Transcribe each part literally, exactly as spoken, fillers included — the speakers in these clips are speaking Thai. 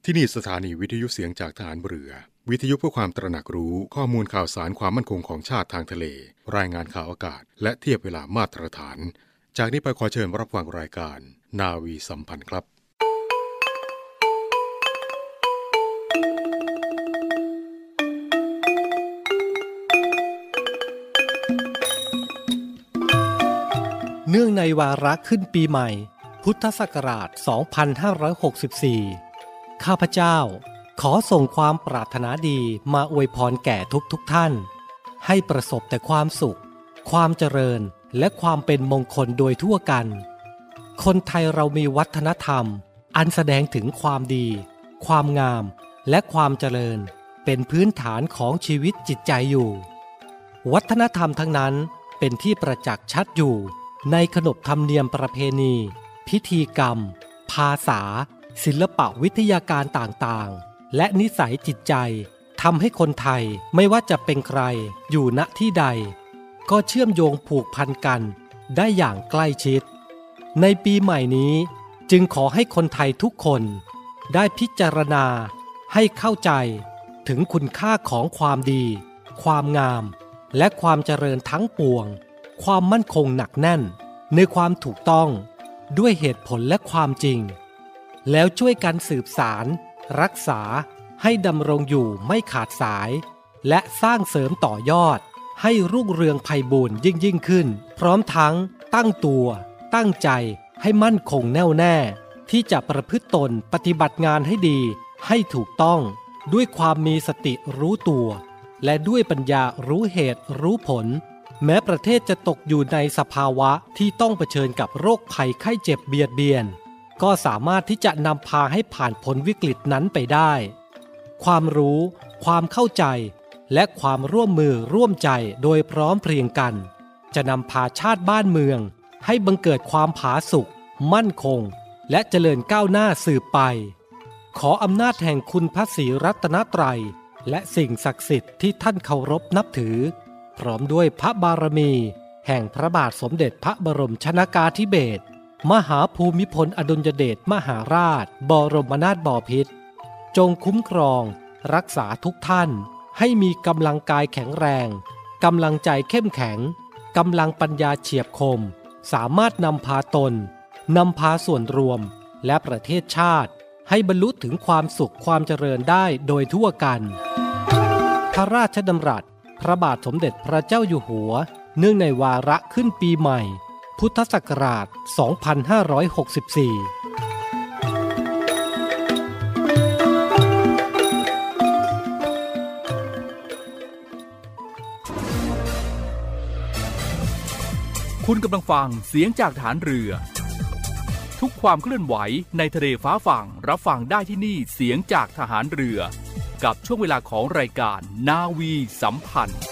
ที่นี่สถานีวิทยุเสียงจากทหารเรือวิทยุเพื่อความตระหนักรู้ข้อมูลข่าวสารความมั่นคงของชาติทางทะเลรายงานข่าวอากาศและเทียบเวลามาตรฐานจากนี้ไปขอเชิญรับฟังรายการนาวีสัมพันธ์ครับเนื่องในวาระขึ้นปีใหม่พุทธศักราช สองพันห้าร้อยหกสิบสี่ ข้าพเจ้าขอส่งความปรารถนาดีมาอวยพรแก่ทุกๆ ท่านให้ประสบแต่ความสุขความเจริญและความเป็นมงคลโดยทั่วกันคนไทยเรามีวัฒนธรรมอันแสดงถึงความดีความงามและความเจริญเป็นพื้นฐานของชีวิตจิตใจอยู่วัฒนธรรมทั้งนั้นเป็นที่ประจักษ์ชัดอยู่ในขนบธรรมเนียมประเพณีพิธีกรรมภาษาศิลปะวิทยาการต่างๆและนิสัยจิตใจทำให้คนไทยไม่ว่าจะเป็นใครอยู่ณที่ใดก็เชื่อมโยงผูกพันกันได้อย่างใกล้ชิดในปีใหม่นี้จึงขอให้คนไทยทุกคนได้พิจารณาให้เข้าใจถึงคุณค่าของความดีความงามและความเจริญทั้งปวงความมั่นคงหนักแน่นในความถูกต้องด้วยเหตุผลและความจริงแล้วช่วยกันสืบสารรักษาให้ดำรงอยู่ไม่ขาดสายและสร้างเสริมต่อยอดให้รุ่งเรืองไพบูลย์ยิ่งยิ่งขึ้นพร้อมทั้งตั้งตัวตั้งใจให้มั่นคงแน่วแน่ที่จะประพฤติตนปฏิบัติงานให้ดีให้ถูกต้องด้วยความมีสติรู้ตัวและด้วยปัญญารู้เหตุรู้ผลแม้ประเทศจะตกอยู่ในสภาวะที่ต้องเผชิญกับโรคภัยไข้เจ็บเบียดเบียนก็สามารถที่จะนำพาให้ผ่านพ้นวิกฤตนั้นไปได้ความรู้ความเข้าใจและความร่วมมือร่วมใจโดยพร้อมเพรียงกันจะนำพาชาติบ้านเมืองให้บังเกิดความผาสุกมั่นคงและเจริญก้าวหน้าสืบไปขออำนาจแห่งคุณพระศรีรัตนตรัยและสิ่งศักดิ์สิทธิ์ที่ท่านเคารพนับถือพร้อมด้วยพระบารมีแห่งพระบาทสมเด็จพระบรมชนกาธิเบศรมหาภูมิพลอดุลยเดชมหาราชบรมนาถบพิตรจงคุ้มครองรักษาทุกท่านให้มีกำลังกายแข็งแรงกำลังใจเข้มแข็งกำลังปัญญาเฉียบคมสามารถนำพาตนนำพาส่วนรวมและประเทศชาติให้บรรลุถึงความสุขความเจริญได้โดยทั่วกันพระราชดำรัสพระบาทสมเด็จพระเจ้าอยู่หัวเนื่องในวาระขึ้นปีใหม่พุทธศักราช สองพันห้าร้อยหกสิบสี่คุณกำลังฟังเสียงจากฐานเรือทุกความเคลื่อนไหวในทะเลฟ้าฝั่งรับฟังได้ที่นี่เสียงจากทหารเรือกับช่วงเวลาของรายการนาวีสัมพันธ์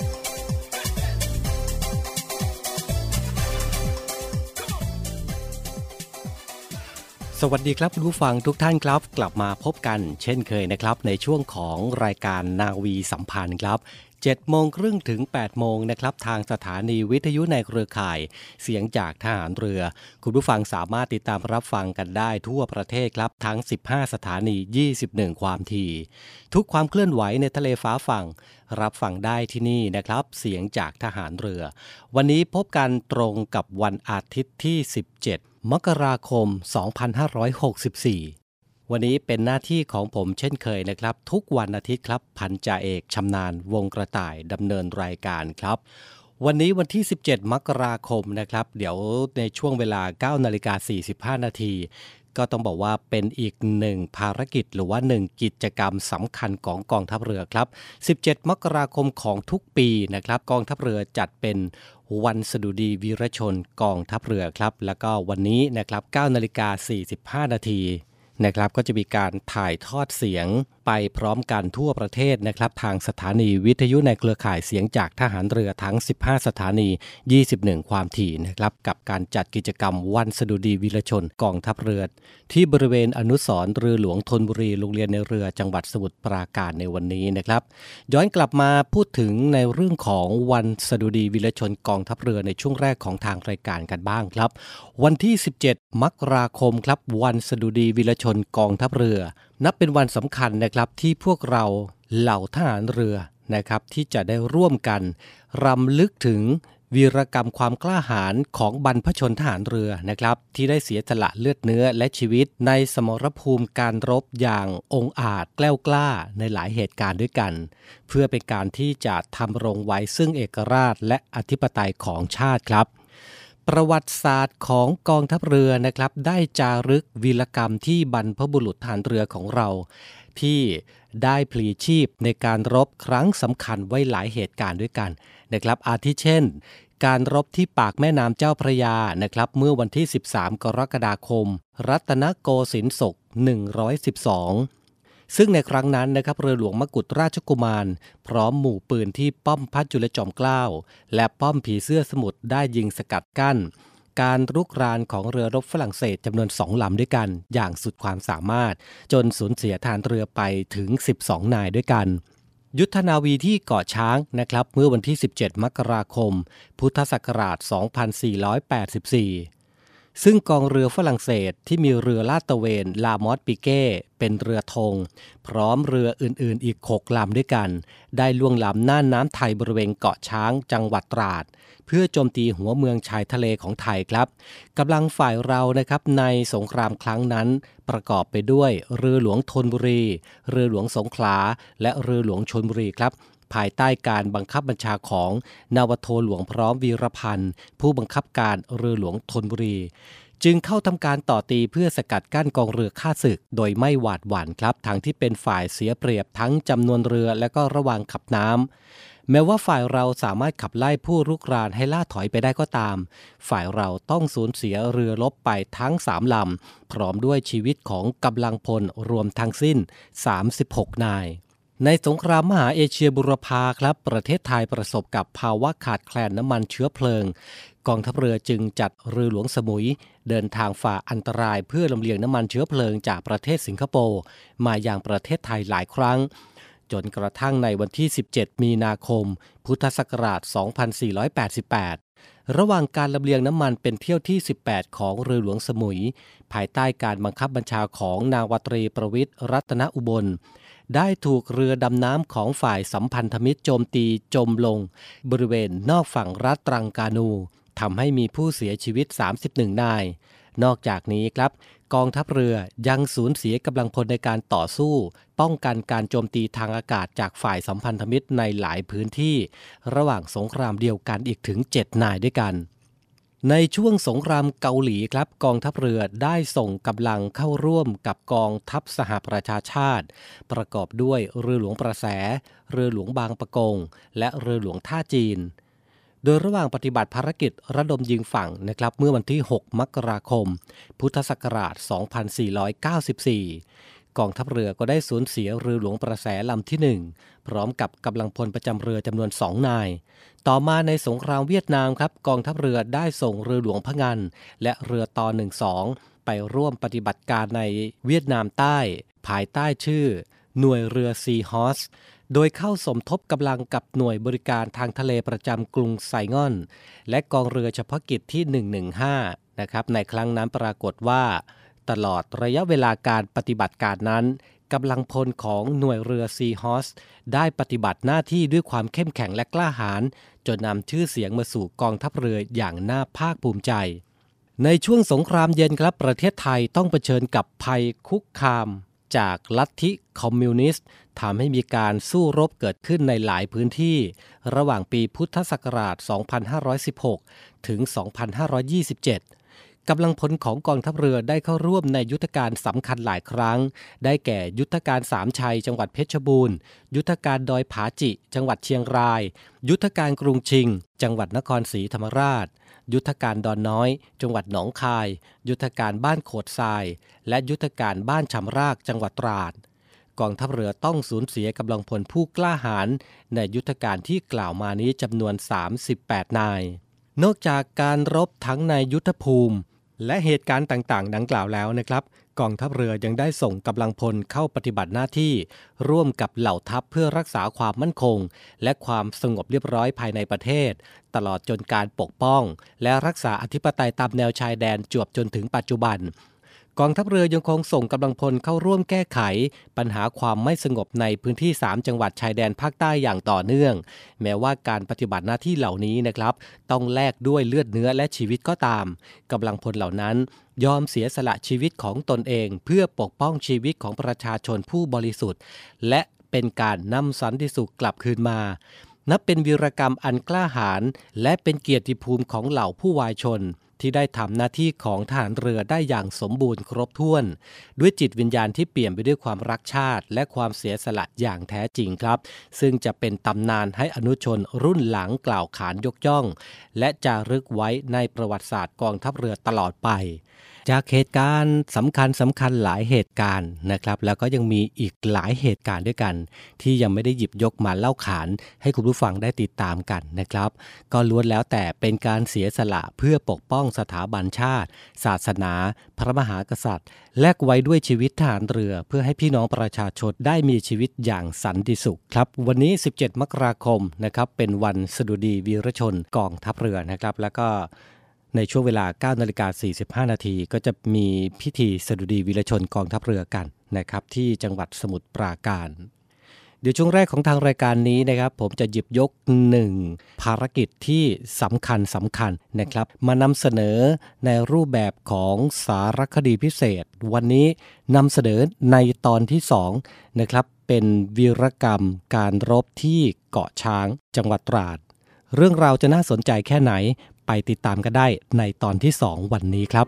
สวัสดีครับคุณผู้ฟังทุกท่านครับกลับมาพบกันเช่นเคยนะครับในช่วงของรายการนาวีสัมพันธ์ครับเจ็ดโมงครึ่งถึงแปดโมงนะครับทางสถานีวิทยุในเครือข่ายเสียงจากทหารเรือคุณผู้ฟังสามารถติดตามรับฟังกันได้ทั่วประเทศครับทั้งสิบห้าสถานียี่สิบเอ็ดความถี่ทุกความเคลื่อนไหวในทะเลฟ้าฝั่งรับฟังได้ที่นี่นะครับเสียงจากทหารเรือวันนี้พบกันตรงกับวันอาทิตย์ที่สิบเจ็ดมกราคมสองพันห้าร้อยหกสิบสี่วันนี้เป็นหน้าที่ของผมเช่นเคยนะครับทุกวันอาทิตย์ครับพันจ่าเอกชำนาญวงกระต่ายดำเนินรายการครับวันนี้วันที่สิบเจ็ดมกราคมนะครับเดี๋ยวในช่วงเวลา เก้านาฬิกาสี่สิบห้านาทีก็ต้องบอกว่าเป็นอีกหนึ่งภารกิจหรือว่าหนึ่งกิจกรรมสำคัญของกองทัพเรือครับสิบเจ็ดมกราคมของทุกปีนะครับกองทัพเรือจัดเป็นวันสดุดีวีรชนกองทัพเรือครับแล้วก็วันนี้นะครับ เก้านาฬิกาสี่สิบห้านาทีนะครับก็จะมีการถ่ายทอดเสียงไปพร้อมกันทั่วประเทศนะครับทางสถานีวิทยุในเครือข่ายเสียงจากทหารเรือทั้งสิบห้าสถานียี่สิบเอ็ดความถี่นะครับกับการจัดกิจกรรมวันสดุดีวีรชนกองทัพเรือที่บริเวณอนุสรณ์เรือหลวงธนบุรีโรงเรียนในเรือจังหวัดสมุทรปราการในวันนี้นะครับย้อนกลับมาพูดถึงในเรื่องของวันสดุดีวีรชนกองทัพเรือในช่วงแรกของทางรายการกันบ้างครับวันที่สิบเจ็ดมกราคมครับวันสดุดีวีรชนกองทัพเรือนับเป็นวันสำคัญนะครับที่พวกเราเหล่าทหารเรือนะครับที่จะได้ร่วมกันรำลึกถึงวีรกรรมความกล้าหาญของบรรพชนทหารเรือนะครับที่ได้เสียสละเลือดเนื้อและชีวิตในสมรภูมิการรบอย่างองอาจแกล้วกล้าในหลายเหตุการณ์ด้วยกันเพื่อเป็นการที่จะทำรงไว้ซึ่งเอกราชและอธิปไตยของชาติครับประวัติศาสตร์ของกองทัพเรือนะครับได้จารึกวีรกรรมที่บรรพบุรุษทหารเรือของเราที่ได้พลีชีพในการรบครั้งสำคัญไว้หลายเหตุการณ์ด้วยกันนะครับอาทิเช่นการรบที่ปากแม่น้ำเจ้าพระยานะครับเมื่อวันที่สิบสามกรกฎาคมรัตนโกสินทร์ศกหนึ่งร้อยสิบสองซึ่งในครั้งนั้นนะครับเรือหลวงมกุฎราชกุมารพร้อมหมู่ปืนที่ป้อมพัดจุลจอมเกล้าและป้อมผีเสื้อสมุทรได้ยิงสกัดกั้นการรุกรานของเรือรบฝรั่งเศสจำนวนสองลำด้วยกันอย่างสุดความสามารถจนสูญเสียทหารเรือไปถึงสิบสองนายด้วยกันยุทธนาวีที่เกาะช้างนะครับเมื่อวันที่สิบเจ็ดมกราคมพุทธศักราชสองพันสี่ร้อยแปดสิบสี่ซึ่งกองเรือฝรั่งเศสที่มีเรือลาดตระเวนลามอสปิเก้เป็นเรือธงพร้อมเรืออื่นๆอีกหกลำด้วยกันได้ล่วงล้ำน่านน้ำไทยบริเวณเกาะช้างจังหวัดตราดเพื่อโจมตีหัวเมืองชายทะเลของไทยครับกำลังฝ่ายเรานะครับในสงครามครั้งนั้นประกอบไปด้วยเรือหลวงธนบุรีเรือหลวงสงขลาและเรือหลวงชลบุรีครับภายใต้การบังคับบัญชาของนาวโทหลวงพร้อมวีรพันธ์ผู้บังคับการเรือหลวงธนบุรีจึงเข้าทำการต่อตีเพื่อสกัดกั้นกองเรือข้าศึกโดยไม่หวาดหวั่นครับทั้งที่เป็นฝ่ายเสียเปรียบทั้งจำนวนเรือและก็ระหว่างขับน้ำแม้ว่าฝ่ายเราสามารถขับไล่ผู้รุกรานให้ล่าถอยไปได้ก็ตามฝ่ายเราต้องสูญเสียเรือรบไปทั้งสามลำพร้อมด้วยชีวิตของกำลังพลรวมทั้งสิ้นสามสิบหกนายในสงครามมหาเอเชียบุรพาครับประเทศไทยประสบกับภาวะขาดแคลนน้ำมันเชื้อเพลิงกองทัพเรือจึงจัดเรือหลวงสมุยเดินทางฝ่าอันตรายเพื่อลำเลียงน้ำมันเชื้อเพลิงจากประเทศสิงคโปร์มายังประเทศไทยหลายครั้งจนกระทั่งในวันที่สิบเจ็ดมีนาคมพุทธศักราชสองพันสี่ร้อยแปดสิบแปดระหว่างการลำเลียงน้ำมันเป็นเที่ยวที่สิบแปดของเรือหลวงสมุยภายใต้การบังคับบัญชาของนาวาตรีประวิตรรัตนอุบลได้ถูกเรือดำน้ำของฝ่ายสัมพันธมิตรโจมตีจมลงบริเวณนอกฝั่งรัฐตรังกานูทำให้มีผู้เสียชีวิตสามสิบเอ็ดนายนอกจากนี้ครับกองทัพเรือยังสูญเสียกำลังพลในการต่อสู้ป้องกันการโจมตีทางอากาศจากฝ่ายสัมพันธมิตรในหลายพื้นที่ระหว่างสงครามเดียวกันอีกถึงเจ็ดนายด้วยกันในช่วงสงครามเกาหลีครับกองทัพเรือได้ส่งกำลังเข้าร่วมกับกองทัพสหประชาชาติประกอบด้วยเรือหลวงประแสเรือหลวงบางปะกงและเรือหลวงท่าจีนโดยระหว่างปฏิบัติภารกิจระดมยิงฝั่งนะครับเมื่อวันที่หกมกราคมพุทธศักราชสองพันสี่ร้อยเก้าสิบสี่กองทัพเรือก็ได้สูญเสียเรือหลวงประแสลำที่หนึ่งพร้อมกับกำลังพลประจำเรือจำนวนสองนายต่อมาในสงครามเวียดนามครับกองทัพเรือได้ส่งเรือหลวงพะงันและเรือต่อหนึ่งสองไปร่วมปฏิบัติการในเวียดนามใต้ภายใต้ชื่อหน่วยเรือซีฮอสโดยเข้าสมทบกำลังกับหน่วยบริการทางทะเลประจำกรุงไซงอนและกองเรือเฉพาะกิจที่หนึ่งหนึ่งห้านะครับในครั้งนั้นปรากฏว่าตลอดระยะเวลาการปฏิบัติการนั้นกำลังพลของหน่วยเรือซีฮอสได้ปฏิบัติหน้าที่ด้วยความเข้มแข็งและกล้าหาญจนนำชื่อเสียงมาสู่กองทัพเรืออย่างน่าภาคภูมิใจในช่วงสงครามเย็นครับประเทศไทยต้องเผชิญกับภัยคุกคามจากลัทธิคอมมิวนิสต์ทำให้มีการสู้รบเกิดขึ้นในหลายพื้นที่ระหว่างปีพุทธศักราชสองพันห้าร้อยสิบหกถึงสองพันห้าร้อยยี่สิบเจ็ดกำลังพลของกองทัพเรือได้เข้าร่วมในยุทธการสำคัญหลายครั้งได้แก่ยุทธการสามชัยจังหวัดเพชรบูรณ์ยุทธการดอยผาจิจังหวัดเชียงรายยุทธการกรุงชิงจังหวัดนครศรีธรรมราชยุทธการดอนน้อยจังหวัดหนองคายยุทธการบ้านโขดทรายและยุทธการบ้านชำรากจังหวัดตราดกองทัพเรือต้องสูญเสียกำลังพลผู้กล้าหาญในยุทธการที่กล่าวมานี้จำนวนสามสิบแปดนายนอกจากการรบทั้งในยุทธภูมิและเหตุการณ์ต่างๆดังกล่าวแล้วนะครับกองทัพเรือยังได้ส่งกำลังพลเข้าปฏิบัติหน้าที่ร่วมกับเหล่าทัพเพื่อรักษาความมั่นคงและความสงบเรียบร้อยภายในประเทศตลอดจนการปกป้องและรักษาอธิปไตยตามแนวชายแดนจวบจนถึงปัจจุบันกองทัพเรือยังคงส่งกำลังพลเข้าร่วมแก้ไขปัญหาความไม่สงบในพื้นที่สามจังหวัดชายแดนภาคใต้อย่างต่อเนื่องแม้ว่าการปฏิบัติหน้าที่เหล่านี้นะครับต้องแลกด้วยเลือดเนื้อและชีวิตก็ตามกำลังพลเหล่านั้นยอมเสียสละชีวิตของตนเองเพื่อปกป้องชีวิตของประชาชนผู้บริสุทธิ์และเป็นการนำสันติสุขกลับคืนมานับเป็นวีรกรรมอันกล้าหาญและเป็นเกียรติภูมิของเหล่าผู้วายชนที่ได้ทำหน้าที่ของทหารเรือได้อย่างสมบูรณ์ครบถ้วนด้วยจิตวิญญาณที่เปี่ยมไปด้วยความรักชาติและความเสียสละอย่างแท้จริงครับซึ่งจะเป็นตำนานให้อนุชนรุ่นหลังกล่าวขานยกย่องและจารึกไว้ในประวัติศาสตร์กองทัพเรือตลอดไปจากเหตุการณ์สำคัญสำคัญหลายเหตุการณ์นะครับแล้วก็ยังมีอีกหลายเหตุการณ์ด้วยกันที่ยังไม่ได้หยิบยกมาเล่าขานให้คุณผู้ฟังได้ติดตามกันนะครับก็ล้วนแล้วแต่เป็นการเสียสละเพื่อปกป้องสถาบันชาติศาสนาพระมหากษัตริย์แลกไว้ด้วยชีวิตทหารเรือเพื่อให้พี่น้องประชาชนได้มีชีวิตอย่างสันติสุขครับวันนี้สิบเจ็ดมกราคมนะครับเป็นวันสดุดีวีรชนกองทัพเรือนะครับแล้วก็ในช่วงเวลา เก้านาฬิกาสี่สิบห้านาทีก็จะมีพิธีสดุดีวีรชนกองทัพเรือกันนะครับที่จังหวัดสมุทรปราการเดี๋ยวช่วงแรกของทางรายการนี้นะครับผมจะหยิบยกหนึ่งภารกิจที่สำคัญสำคัญนะครับมานำเสนอในรูปแบบของสารคดีพิเศษวันนี้นำเสนอในตอนที่สองนะครับเป็นวีรกรรมการรบที่เกาะช้างจังหวัดตราดเรื่องราวจะน่าสนใจแค่ไหนไปติดตามกันได้ในตอนที่สองวันนี้ครับ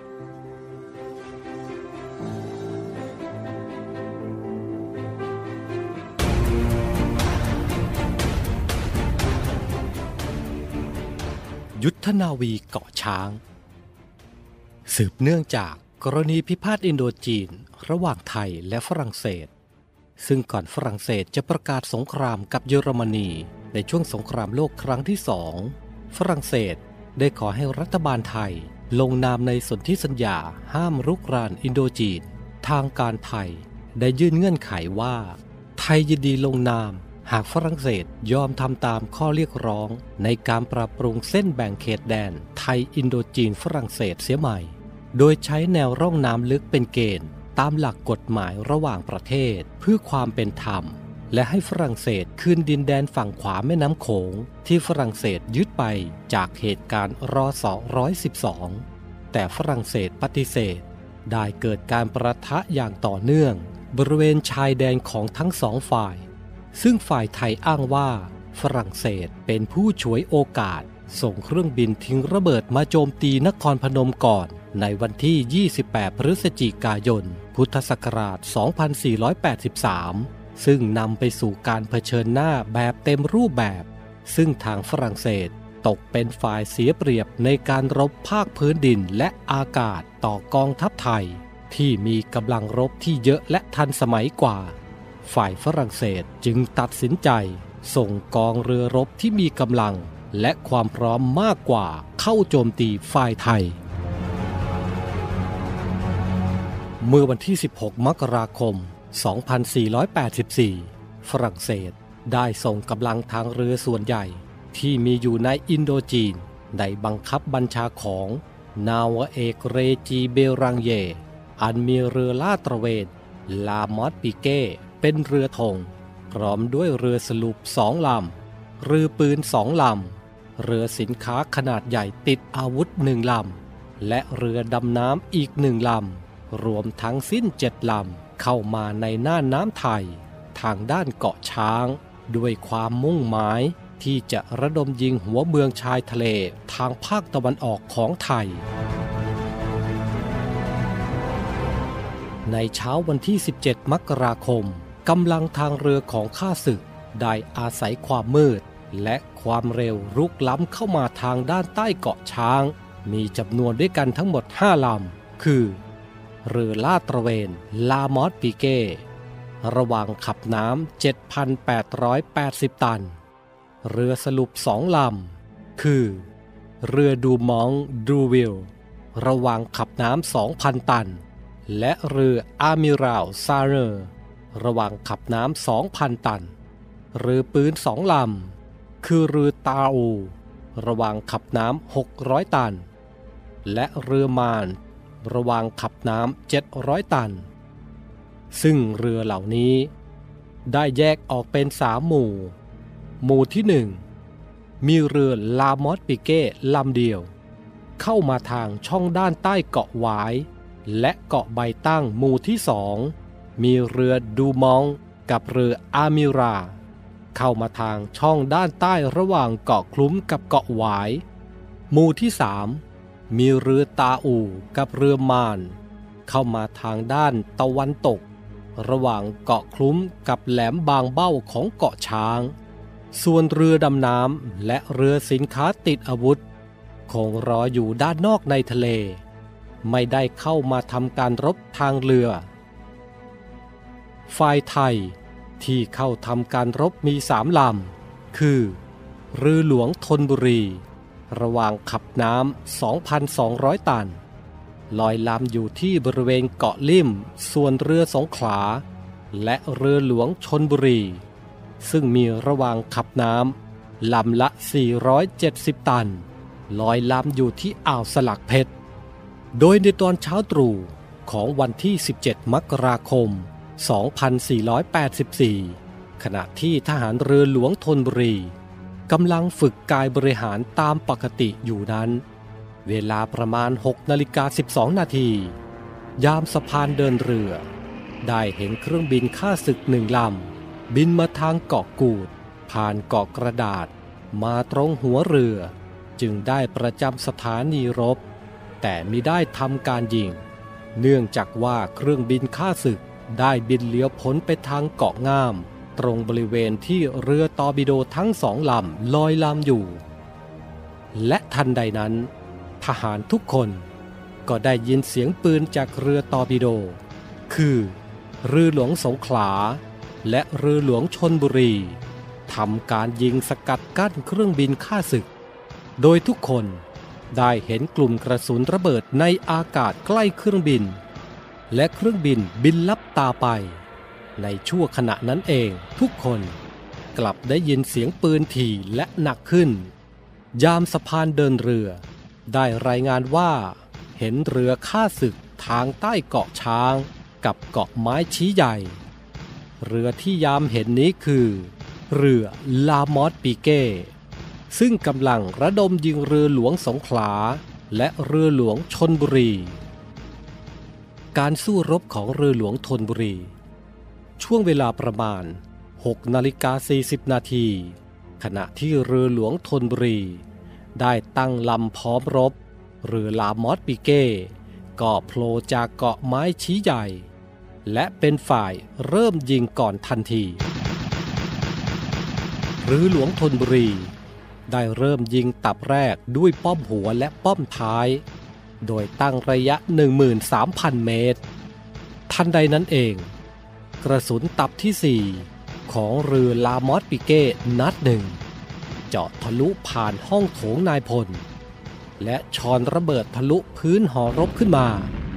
ยุทธนาวีเกาะช้างสืบเนื่องจากกรณีพิพาทอินโดจีนระหว่างไทยและฝรั่งเศสซึ่งก่อนฝรั่งเศสจะประกาศสงครามกับเยอรมนีในช่วงสงครามโลกครั้งที่สองฝรั่งเศสได้ขอให้รัฐบาลไทยลงนามในสนธิสัญญาห้ามรุกรานอินโดจีนทางการไทยได้ยื่นเงื่อนไขว่าไทยยินดีลงนามหากฝรั่งเศสยอมทำตามข้อเรียกร้องในการปรับปรุงเส้นแบ่งเขตแดนไทยอินโดจีนฝรั่งเศสเสียใหม่โดยใช้แนวร่องน้ำลึกเป็นเกณฑ์ตามหลักกฎหมายระหว่างประเทศเพื่อความเป็นธรรมและให้ฝรั่งเศสคืนดินแดนฝั่งขวาแม่น้ำโขงที่ฝรั่งเศสยึดไปจากเหตุการณ์ร.ศ. หนึ่งร้อยสิบสองแต่ฝรั่งเศสปฏิเสธได้เกิดการประทะอย่างต่อเนื่องบริเวณชายแดนของทั้งสองฝ่ายซึ่งฝ่ายไทยอ้างว่าฝรั่งเศสเป็นผู้ฉวยโอกาสส่งเครื่องบินทิ้งระเบิดมาโจมตีนครพนมก่อนในวันที่ยี่สิบแปดพฤศจิกายนพุทธศักราชสองพันสี่ร้อยแปดสิบสามซึ่งนำไปสู่การเผชิญหน้าแบบเต็มรูปแบบซึ่งทางฝรั่งเศสตกเป็นฝ่ายเสียเปรียบในการรบภาคพื้นดินและอากาศต่อกองทัพไทยที่มีกำลังรบที่เยอะและทันสมัยกว่าฝ่ายฝรั่งเศสจึงตัดสินใจส่งกองเรือรบที่มีกำลังและความพร้อมมากกว่าเข้าโจมตีฝ่ายไทยเมื่อวันที่สิบหกมกราคมสองพันสี่ร้อยแปดสิบสี่ฝรั่งเศสได้ส่งกำลังทางเรือส่วนใหญ่ที่มีอยู่ในอินโดจีนในบังคับบัญชาของนาวาเอกเรจีเบรังเยอันมีเรือลาดตระเวนลามอสปิเก้เป็นเรือธงพร้อมด้วยเรือสลูปสองลำเรือปืนสองลำเรือสินค้าขนาดใหญ่ติดอาวุธหนึ่งลำและเรือดำน้ำอีกหนึ่งลำรวมทั้งสิ้นเจ็ดลำเข้ามาในน่านน้ำไทยทางด้านเกาะช้างด้วยความมุ่งหมายที่จะระดมยิงหัวเมืองชายทะเลทางภาคตะวันออกของไทยในเช้าวันที่สิบเจ็ดมกราคมกำลังทางเรือของข้าศึกได้อาศัยความมืดและความเร็วรุกล้ำเข้ามาทางด้านใต้เกาะช้างมีจำนวนด้วยกันทั้งหมดห้าลำคือเรือลาดตระเวนลามอสปิเก้ระหว่างขับน้ำ เจ็ดพันแปดร้อยแปดสิบ ตันเรือสลุปสองลำคือเรือดูมองดูวิลระหว่างขับน้ำ สองพัน ตันและเรืออามิราลซาเรอร์ระหว่างขับน้ำ สองพัน ตันเรือปืนสองลำคือเรือตาอูระหว่างขับน้ำ หกร้อย ตันและเรือมานระวางขับน้ำเจ็ดร้อยตันซึ่งเรือเหล่านี้ได้แยกออกเป็นสามหมู่หมู่ที่หนึ่งมีเรือลามอสปิเก้ลำเดียวเข้ามาทางช่องด้านใต้เกาะหวายและเกาะใบตั้งหมู่ที่สองมีเรือดูมองกับเรืออามิราเข้ามาทางช่องด้านใต้ระหว่างเกาะคลุ้มกับเกาะหวายหมู่ที่สามมีเรือตาอูกับเรือมานเข้ามาทางด้านตะวันตกระหว่างเกาะคลุ้มกับแหลมบางเบ้าของเกาะช้างส่วนเรือดำน้ำและเรือสินค้าติดอาวุธคงรออยู่ด้านนอกในทะเลไม่ได้เข้ามาทำการรบทางเรือฝ่ายไทยที่เข้าทำการรบมีสามลำคือเรือหลวงธนบุรีระหว่างขับน้ำ สองพันสองร้อย ตันลอยลำอยู่ที่บริเวณเกาะลิ่มส่วนเรือสงขลาและเรือหลวงชลบุรีซึ่งมีระหว่างขับน้ำลำละสี่ร้อยเจ็ดสิบตันลอยลำอยู่ที่อ่าวสลักเพชรโดยในตอนเช้าตรู่ของวันที่สิบเจ็ดมกราคมสองพันสี่ร้อยแปดสิบสี่ขณะที่ทหารเรือหลวงธนบุรีกำลังฝึกกายบริหารตามปกติอยู่นั้นเวลาประมาณหกนาฬิกาสิบสองนาทียามสะพานเดินเรือได้เห็นเครื่องบินข้าศึกหนึ่งลำบินมาทางเกาะกูดผ่านเกาะกระดาษมาตรงหัวเรือจึงได้ประจำสถานีรบแต่มิได้ทำการยิงเนื่องจากว่าเครื่องบินข้าศึกได้บินเลี้ยวพ้นไปทางเกาะง่ามตรงบริเวณที่เรือตอร์ปิโดทั้งสองลำลอยลำอยู่และทันใดนั้นทหารทุกคนก็ได้ยินเสียงปืนจากเรือตอร์ปิโดคือเรือหลวงสงขลาและเรือหลวงชลบุรีทำการยิงสกัดกั้นเครื่องบินข้าศึกโดยทุกคนได้เห็นกลุ่มกระสุนระเบิดในอากาศใกล้เครื่องบินและเครื่องบินบินลับตาไปในชั่วขณะนั้นเองทุกคนกลับได้ยินเสียงปืนถี่และหนักขึ้นยามสะพานเดินเรือได้รายงานว่าเห็นเรือข้าศึกทางใต้เกาะช้างกับเกาะไม้ชี้ใหญ่เรือที่ยามเห็นนี้คือเรือลามอสปิเก้ซึ่งกำลังระดมยิงเรือหลวงสงขลาและเรือหลวงชลบุรีการสู้รบของเรือหลวงธนบุรีช่วงเวลาประมาณหกนาฬิกาสี่สิบนาทีขณะที่เรือหลวงธนบุรีได้ตั้งลำพร้อมรบเรือลามอสปิเก้ก็โผล่จากเกาะไม้ชี้ใหญ่และเป็นฝ่ายเริ่มยิงก่อนทันทีเรือหลวงธนบุรีได้เริ่มยิงตับแรกด้วยป้อมหัวและป้อมท้ายโดยตั้งระยะ หนึ่งหมื่นสามพัน เมตรทันใดนั้นเองกระสุนตับที่สี่ของเรือลามอสปิเก้นัดหนึ่งเจาะทะลุผ่านห้องโถงนายพลและชอนระเบิดทะลุพื้นหอรบขึ้นมา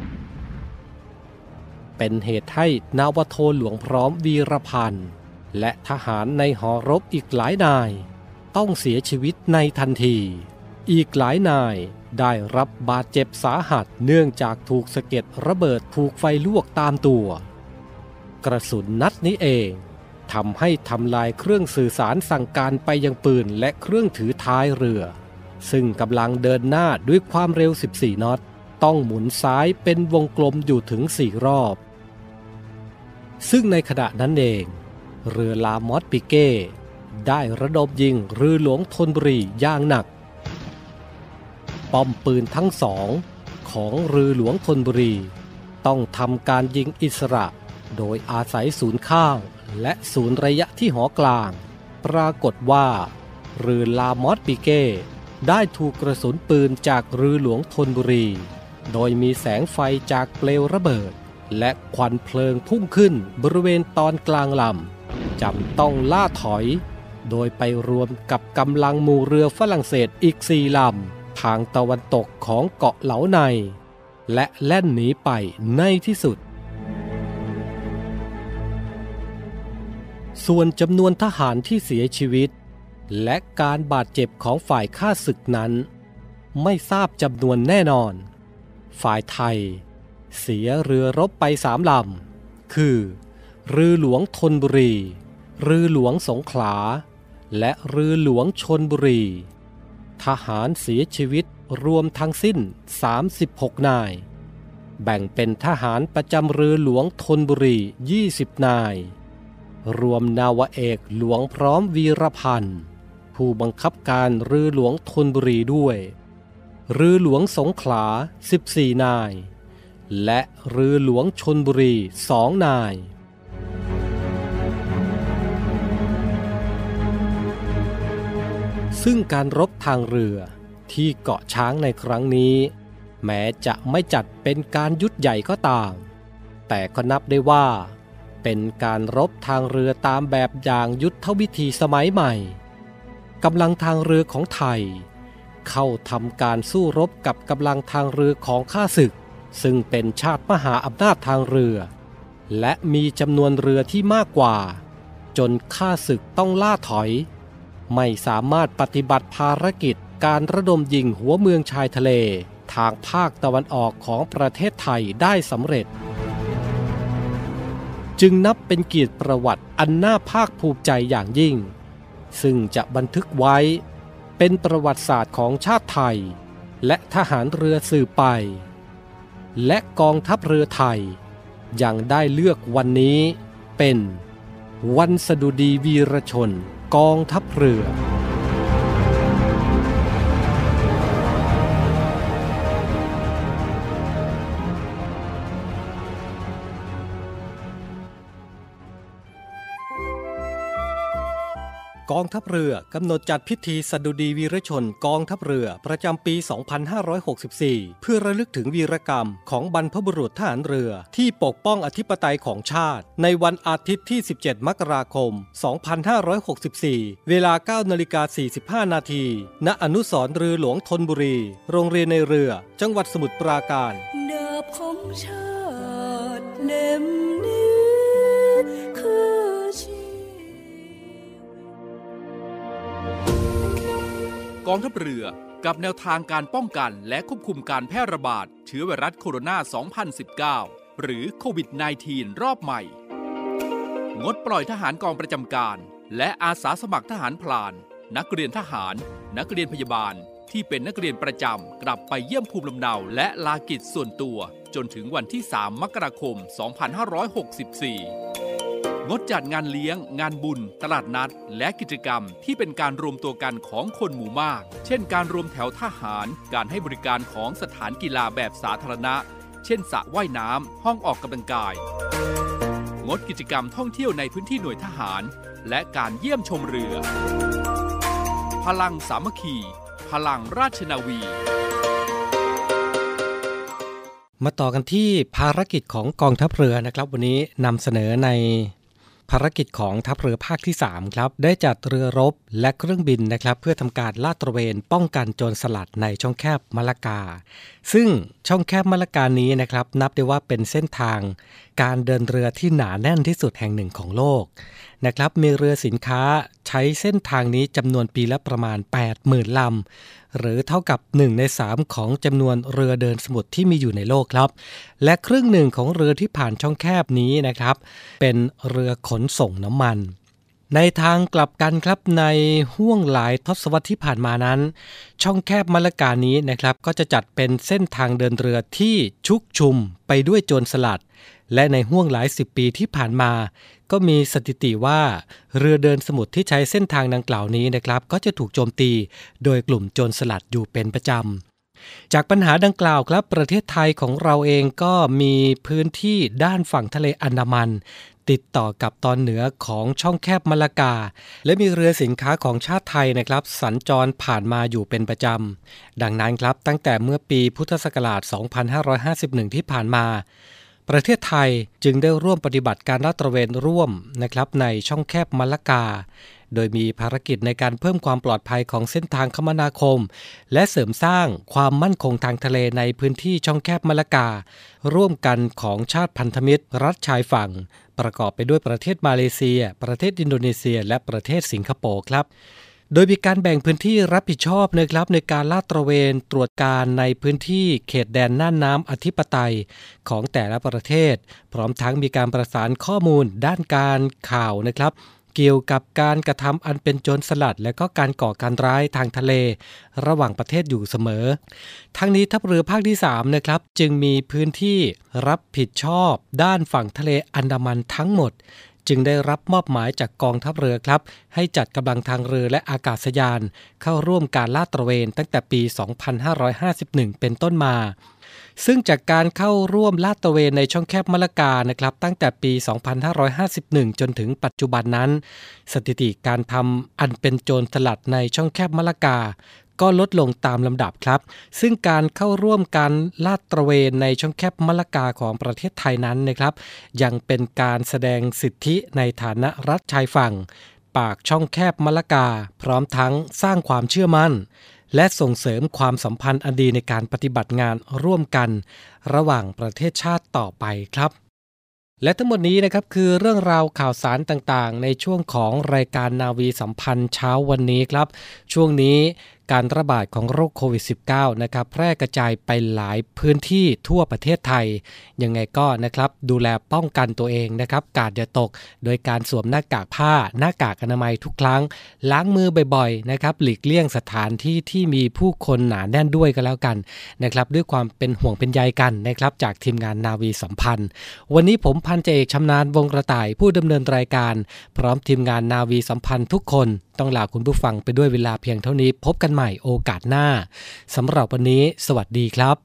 เป็นเหตุให้นาวโทหลวงพร้อมวีรพันธ์และทหารในหอรบอีกหลายนายต้องเสียชีวิตในทันทีอีกหลายนายได้รับบาดเจ็บสาหัสเนื่องจากถูกสะเก็ดระเบิดถูกไฟลวกตามตัวกระสุนนัดนี้เองทำให้ทำลายเครื่องสื่อสารสั่งการไปยังปืนและเครื่องถือท้ายเรือซึ่งกำลังเดินหน้าด้วยความเร็วสิบสี่น็อตต้องหมุนซ้ายเป็นวงกลมอยู่ถึงสี่รอบซึ่งในขณะนั้นเองเรือลามอสปิเก้ได้ระดมยิงเรือหลวงธนบุรีอย่างหนักป้อมปืนทั้งสองของเรือหลวงธนบุรีต้องทำการยิงอิสระโดยอาศัยศูนย์ข้างและศูนย์ระยะที่หอกลางปรากฏว่าเรือลามอสปิเก้ได้ถูกกระสุนปืนจากเรือหลวงธนบุรีโดยมีแสงไฟจากเปลวระเบิดและควันเพลิงพุ่งขึ้นบริเวณตอนกลางลำจำต้องล่าถอยโดยไปรวมกับกำลังหมู่เรือฝรั่งเศสอีกสี่ลำทางตะวันตกของเกาะเหลาในและแล่นหนีไปในที่สุดส่วนจำนวนทหารที่เสียชีวิตและการบาดเจ็บของฝ่ายข้าศึกนั้นไม่ทราบจำนวนแน่นอนฝ่ายไทยเสียเรือรบไปสามลำคือเรือหลวงธนบุรีเรือหลวงสงขลาและเรือหลวงชลบุรีทหารเสียชีวิตรวมทั้งสิ้นสามสิบหกนายแบ่งเป็นทหารประจำเรือหลวงธนบุรียี่สิบนายรวมนาวาเอกหลวงพร้อมวีรพันธ์ผู้บังคับการเรือหลวงธนบุรีด้วยเรือหลวงสงขลาสิบสี่นายและเรือหลวงชลบุรีสองนายซึ่งการรบทางเรือที่เกาะช้างในครั้งนี้แม้จะไม่จัดเป็นการยุทธใหญ่ก็ตามแต่ก็นับได้ว่าเป็นการรบทางเรือตามแบบอย่างยุทธวิธีสมัยใหม่กำลังทางเรือของไทยเข้าทำการสู้รบกับกำลังทางเรือของข้าศึกซึ่งเป็นชาติมหาอำนาจทางเรือและมีจำนวนเรือที่มากกว่าจนข้าศึกต้องล่าถอยไม่สามารถปฏิบัติภารกิจการระดมยิงหัวเมืองชายทะเลทางภาคตะวันออกของประเทศไทยได้สำเร็จจึงนับเป็นเกียรติประวัติอันน่าภาคภูมิใจอย่างยิ่งซึ่งจะบันทึกไว้เป็นประวัติศาสตร์ของชาติไทยและทหารเรือสืบไปและกองทัพเรือไทยยังได้เลือกวันนี้เป็นวันสดุดีวีรชนกองทัพเรือ กองทัพเรือกำหนดจัดพิธีสดุดีวีรชนกองทัพเรือประจำปี สองพันห้าร้อยหกสิบสี่ เพื่อระลึกถึงวีรกรรมของบรรพบุรุษทหารเรือที่ปกป้องอธิปไตยของชาติในวันอาทิตย์ที่ สิบเจ็ด มกราคม สองพันห้าร้อยหกสิบสี่ เวลา เก้านาฬิกาสี่สิบห้า นาทีณอนุสรณ์เรือหลวงธนบุรีโรงเรียนในเรือจังหวัดสมุทรปราการดาบของชาติเล่มนี้คือกองทัพเรือกับแนวทางการป้องกันและควบคุมการแพร่ระบาดเชื้อไวรัสโคโรนา สองพันสิบเก้า หรือโควิด สิบเก้า รอบใหม่งดปล่อยทหารกองประจำการและอาสาสมัครทหารพลานนักเรียนทหารนักเรียนพยาบาลที่เป็นนักเรียนประจำกลับไปเยี่ยมภูมิลำเนาและลากิจส่วนตัวจนถึงวันที่ สาม มกราคม สองพันห้าร้อยหกสิบสี่งดจัดงานเลี้ยงงานบุญตลาดนัดและกิจกรรมที่เป็นการรวมตัวกันของคนหมู่มากเช่นการรวมแถวทหารการให้บริการของสถานกีฬาแบบสาธารณะเช่นสระว่ายน้ำห้องออกกำลังกายงดกิจกรรมท่องเที่ยวในพื้นที่หน่วยทหารและการเยี่ยมชมเรือพลังสามัคคีพลังราชนาวีมาต่อกันที่ภารกิจของกองทัพเรือนะครับวันนี้นำเสนอในภารกิจของทัพเรือภาคที่สามครับได้จัดเรือรบและเครื่องบินนะครับเพื่อทำการลาดตระเวนป้องกันโจรสลัดในช่องแคบมะละกาซึ่งช่องแคบมะละกานี้นะครับนับได้ว่าเป็นเส้นทางการเดินเรือที่หนาแน่นที่สุดแห่งหนึ่งของโลกนะครับมีเรือสินค้าใช้เส้นทางนี้จำนวนปีละประมาณ แปดหมื่น ลำหรือเท่ากับหนึ่งในสามของจำนวนเรือเดินสมุทรที่มีอยู่ในโลกครับและครึ่งหนึ่งของเรือที่ผ่านช่องแคบนี้นะครับเป็นเรือขนส่งน้ำมันในทางกลับกันครับในห้วงหลายทศวรรษที่ผ่านมานั้นช่องแคบมะละกานี้นะครับก็จะจัดเป็นเส้นทางเดินเรือที่ชุกชุมไปด้วยโจรสลัดและในห้วงหลายสิบปีที่ผ่านมาก็มีสถิติว่าเรือเดินสมุทรที่ใช้เส้นทางดังกล่าวนี้นะครับก็จะถูกโจมตีโดยกลุ่มโจรสลัดอยู่เป็นประจำจากปัญหาดังกล่าวครับประเทศไทยของเราเองก็มีพื้นที่ด้านฝั่งทะเลอันดามันติดต่อกับตอนเหนือของช่องแคบมะละกาและมีเรือสินค้าของชาติไทยนะครับสัญจรผ่านมาอยู่เป็นประจำดังนั้นครับตั้งแต่เมื่อปีพุทธศักราช สองพันห้าร้อยห้าสิบเอ็ด ที่ผ่านมาประเทศไทยจึงได้ร่วมปฏิบัติการลาดตระเวนร่วมนะครับในช่องแคบมะละกาโดยมีภารกิจในการเพิ่มความปลอดภัยของเส้นทางคมนาคมและเสริมสร้างความมั่นคงทางทะเลในพื้นที่ช่องแคบมะละการ่วมกันของชาติพันธมิตรรัฐชายฝั่งประกอบไปด้วยประเทศมาเลเซียประเทศอินโดนีเซียและประเทศสิงคโปร์ครับโดยมีการแบ่งพื้นที่รับผิดชอบนะครับในการลาดตระเวนตรวจการในพื้นที่เขตแดนน่านน้ำอธิปไตยของแต่ละประเทศพร้อมทั้งมีการประสานข้อมูลด้านการข่าวนะครับเกี่ยวกับการกระทำอันเป็นโจรสลัดและก็การก่อการร้ายทางทะเลระหว่างประเทศอยู่เสมอทั้งนี้ทัพเรือภาคที่สามนะครับจึงมีพื้นที่รับผิดชอบด้านฝั่งทะเลอันดามันทั้งหมดจึงได้รับมอบหมายจากกองทัพเรือครับให้จัดกำลังทางเรือและอากาศยานเข้าร่วมการลาดตระเวนตั้งแต่ปี สองพันห้าร้อยห้าสิบเอ็ด เป็นต้นมาซึ่งจากการเข้าร่วมลาดตระเวนในช่องแคบมะละกานะครับตั้งแต่ปี สองพันห้าร้อยห้าสิบเอ็ด จนถึงปัจจุบันนั้นสถิติการทำอันเป็นโจรสลัดในช่องแคบมะละกาก็ลดลงตามลำดับครับซึ่งการเข้าร่วมการลาดตระเวนในช่องแคบมะละกาของประเทศไทยนั้นนะครับยังเป็นการแสดงสิทธิในฐานะรัฐชายฝั่งปากช่องแคบมะละกาพร้อมทั้งสร้างความเชื่อมั่นและส่งเสริมความสัมพันธ์อันดีในการปฏิบัติงานร่วมกันระหว่างประเทศชาติต่อไปครับและทั้งหมดนี้นะครับคือเรื่องราวข่าวสารต่างๆในช่วงของรายการนาวีสัมพันธ์เช้าวันนี้ครับช่วงนี้การระบาดของโรคโควิด สิบเก้า นะครับแพร่กระจายไปหลายพื้นที่ทั่วประเทศไทยยังไงก็นะครับดูแลป้องกันตัวเองนะครับกาดอย่าตกโดยการสวมหน้ากากผ้าหน้ากากอนามัยทุกครั้งล้างมือบ่อยๆนะครับหลีกเลี่ยงสถานที่ที่มีผู้คนหนาแน่นด้วยก็แล้วกันนะครับด้วยความเป็นห่วงเป็นใยกันนะครับจากทีมงานนาวีสัมพันธ์วันนี้ผมพันจ่าเอกชำนาญวงกระต่ายผู้ดำเนินรายการพร้อมทีมงานนาวีสัมพันธ์ทุกคนต้องลาคุณผู้ฟังไปด้วยเวลาเพียงเท่านี้พบกันใหม่โอกาสหน้าสำหรับวันนี้สวัสดีครับ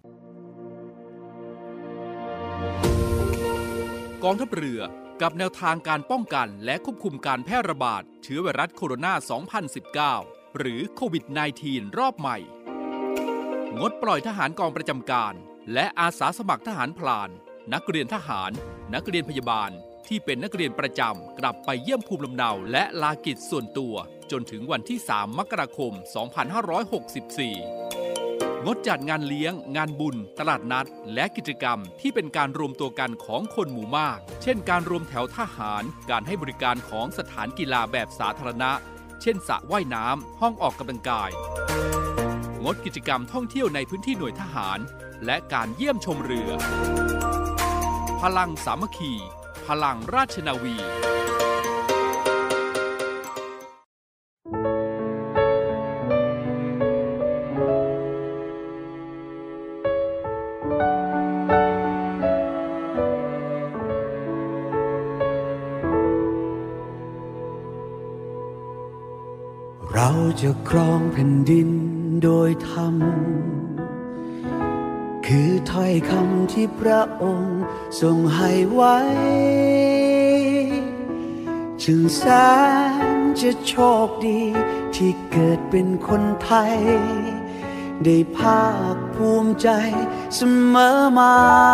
กองทัพเรือกับแนวทางการป้องกันและควบคุมการแพร่ระบาดเชื้อไวรัสโคโรนา สองพันสิบเก้า หรือโควิด สิบเก้า รอบใหม่งดปล่อยทหารกองประจำการและอาสาสมัครทหารพลานนักเรียนทหารนักเรียนพยาบาลที่เป็นนักเรียนประจำกลับไปเยี่ยมภูมิลำเนาและลากิจส่วนตัวจนถึงวันที่ สาม มกราคม สองพันห้าร้อยหกสิบสี่ งดจัดงานเลี้ยงงานบุญตลาดนัดและกิจกรรมที่เป็นการรวมตัวกันของคนหมู่มากเช่นการรวมแถวทหารการให้บริการของสถานกีฬาแบบสาธารณะเช่นสระว่ายน้ำห้องออกกำลังกายงดกิจกรรมท่องเที่ยวในพื้นที่หน่วยทหารและการเยี่ยมชมเรือพลังสามัคคีพลังราชนาวีเราจะครองแผ่นดินโดยธรรมคือถ้อยคำที่พระองค์ทรงให้ไว้จึงแสนจะโชคดีที่เกิดเป็นคนไทยได้ภาคภูมิใจเสมอมา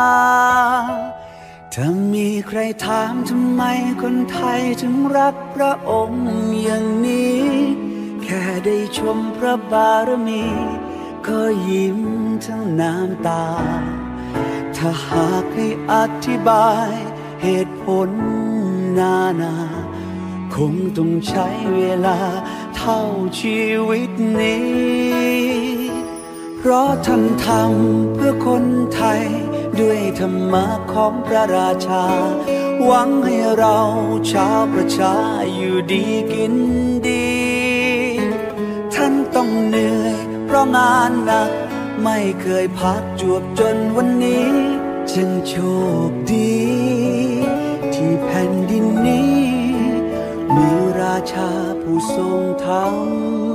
ถ้ามีใครถามทำไมคนไทยถึงรักพระองค์อย่างนี้แค่ได้ชมพระบารมีก็ยิ้มทั้งน้ำตาถ้าหากให้อธิบายเหตุผลนานาคงต้องใช้เวลาเท่าชีวิตนี้เพราะท่านทำเพื่อคนไทยด้วยธรรมะของพระราชาหวังให้เราชาวประชาอยู่ดีกินดีท่านต้องเหนื่อยเพราะงานหนักไม่เคยพักจวบจนวันนี้จึงโชคดีที่แผ่นดินนี้มีราชาผู้ทรงธรรม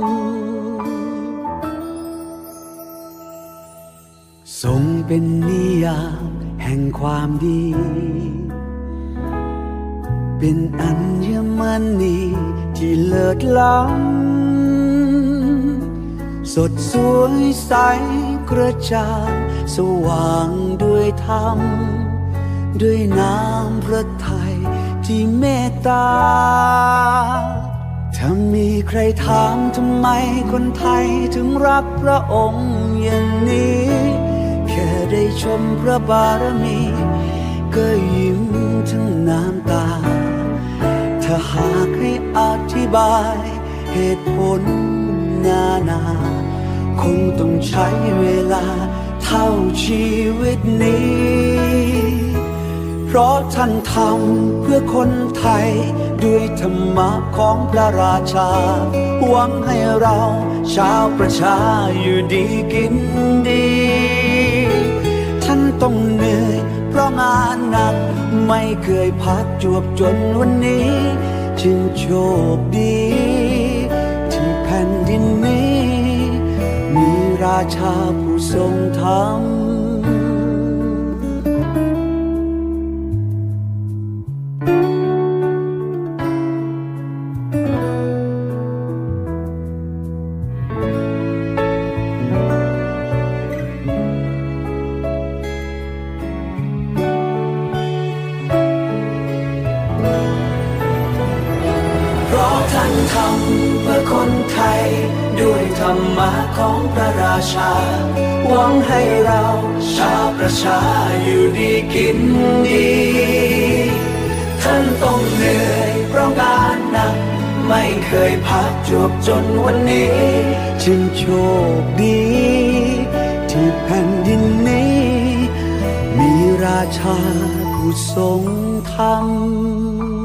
ทรงเป็นนิยามแห่งความดีเป็นอัญมณีที่เลิศล้ำสดสวยใสกระจ่างสว่างด้วยธรรมด้วยน้ำพระทัยที่เมตตาถ้ามีใครถามทำไมคนไทยถึงรักพระองค์อย่างนี้แค่ได้ชมพระบารมีก็ยิ้มทั้งน้ำตาถ้าหากให้อธิบายเหตุผลนานาคงต้องใช้เวลาเท่าชีวิตนี้เพราะท่านทำเพื่อคนไทยด้วยธรรมะของพระราชาหวังให้เราชาวประชาอยู่ดีกินดีท่านต้องเหนื่อยเพราะงานหนักไม่เคยพักจวบจนวันนี้จึงโชคดีที่แผ่นดินนี้มีราชาผู้ทรงธรรมทำเพื่อคนไทยด้วยธรรมะของพระราชาหวังให้เราชาวประชาอยู่ดีกินดีท่านต้องเหนื่อยเพราะงานหนักไม่เคยพักจวบจนวันนี้จึงโชคดีที่แผ่นดินนี้มีราชาผู้ทรงธรรม